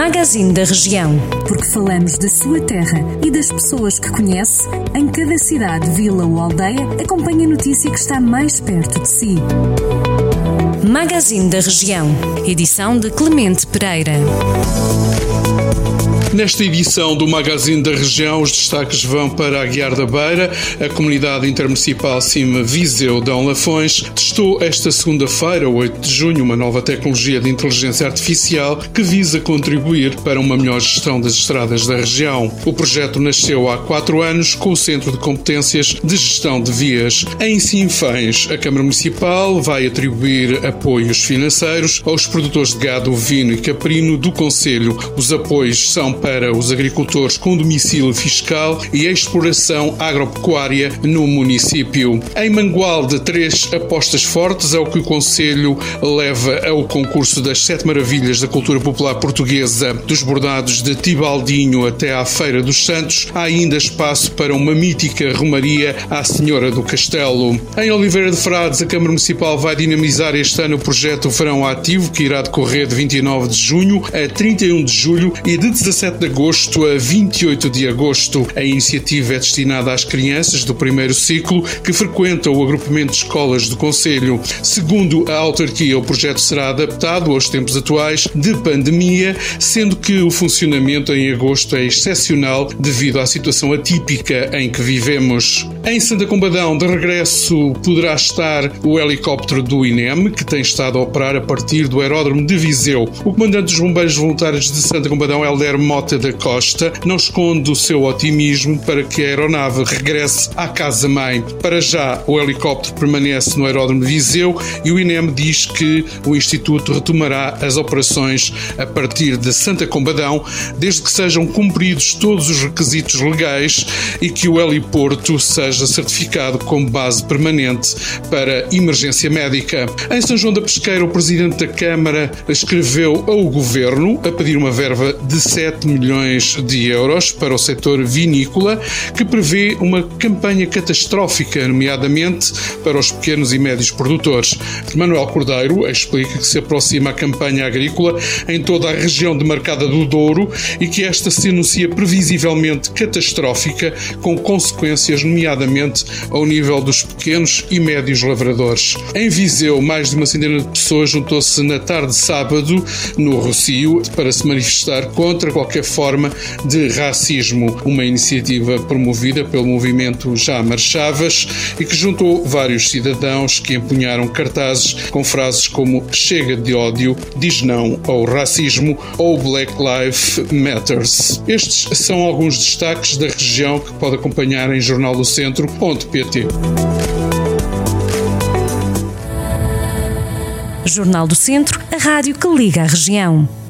Magazine da Região. Porque falamos da sua terra e das pessoas que conhece, em cada cidade, vila ou aldeia, acompanhe a notícia que está mais perto de si. Magazine da Região. Edição de Clemente Pereira. Nesta edição do Magazine da Região, os destaques vão para a Guiar da Beira. A Comunidade Intermunicipal Cima Viseu Dão Lafões testou esta segunda-feira, 8 de junho, uma nova tecnologia de inteligência artificial que visa contribuir para uma melhor gestão das estradas da região. O projeto nasceu há 4 anos com o Centro de Competências de Gestão de Vias. Em Sinfãs, a Câmara Municipal vai atribuir apoios financeiros aos produtores de gado ovino e caprino do concelho. Os apoios são para os agricultores com domicílio fiscal e exploração agropecuária no município. Em Mangualde, 3 apostas fortes é o que o concelho leva ao concurso das 7 maravilhas da cultura popular portuguesa. Dos bordados de Tibaldinho até à Feira dos Santos, há ainda espaço para uma mítica romaria à Senhora do Castelo. Em Oliveira de Frades, a Câmara Municipal vai dinamizar este ano o projeto Verão Ativo, que irá decorrer de 29 de junho a 31 de julho e de 17 de agosto a 28 de agosto. A iniciativa é destinada às crianças do primeiro ciclo que frequentam o agrupamento de escolas do concelho. Segundo a autarquia, o projeto será adaptado aos tempos atuais de pandemia, sendo que o funcionamento em agosto é excepcional devido à situação atípica em que vivemos. Em Santa Combadão, de regresso, poderá estar o helicóptero do INEM, que tem estado a operar a partir do aeródromo de Viseu. O comandante dos Bombeiros Voluntários de Santa Combadão, Helder Mota da Costa, não esconde o seu otimismo para que a aeronave regresse à casa-mãe. Para já, o helicóptero permanece no aeródromo de Viseu e o INEM diz que o Instituto retomará as operações a partir de Santa Combadão, desde que sejam cumpridos todos os requisitos legais e que o heliporto seja certificado como base permanente para emergência médica. Em São João da Pesqueira, o Presidente da Câmara escreveu ao Governo a pedir uma verba de 7 milhões de euros para o setor vinícola, que prevê uma campanha catastrófica, nomeadamente para os pequenos e médios produtores. Manuel Cordeiro explica que se aproxima a campanha agrícola em toda a região demarcada do Douro e que esta se anuncia previsivelmente catastrófica, com consequências nomeadamente ao nível dos pequenos e médios lavradores. Em Viseu, mais de uma centena de pessoas juntou-se na tarde de sábado no Rocio para se manifestar contra qualquer forma de racismo, uma iniciativa promovida pelo movimento Já Marchavas e que juntou vários cidadãos que empunharam cartazes com frases como "Chega de ódio", "Diz não ao racismo" ou "Black Lives Matters". Estes são alguns destaques da região que pode acompanhar em jornaldocentro.pt. Jornal do Centro, a rádio que liga a região.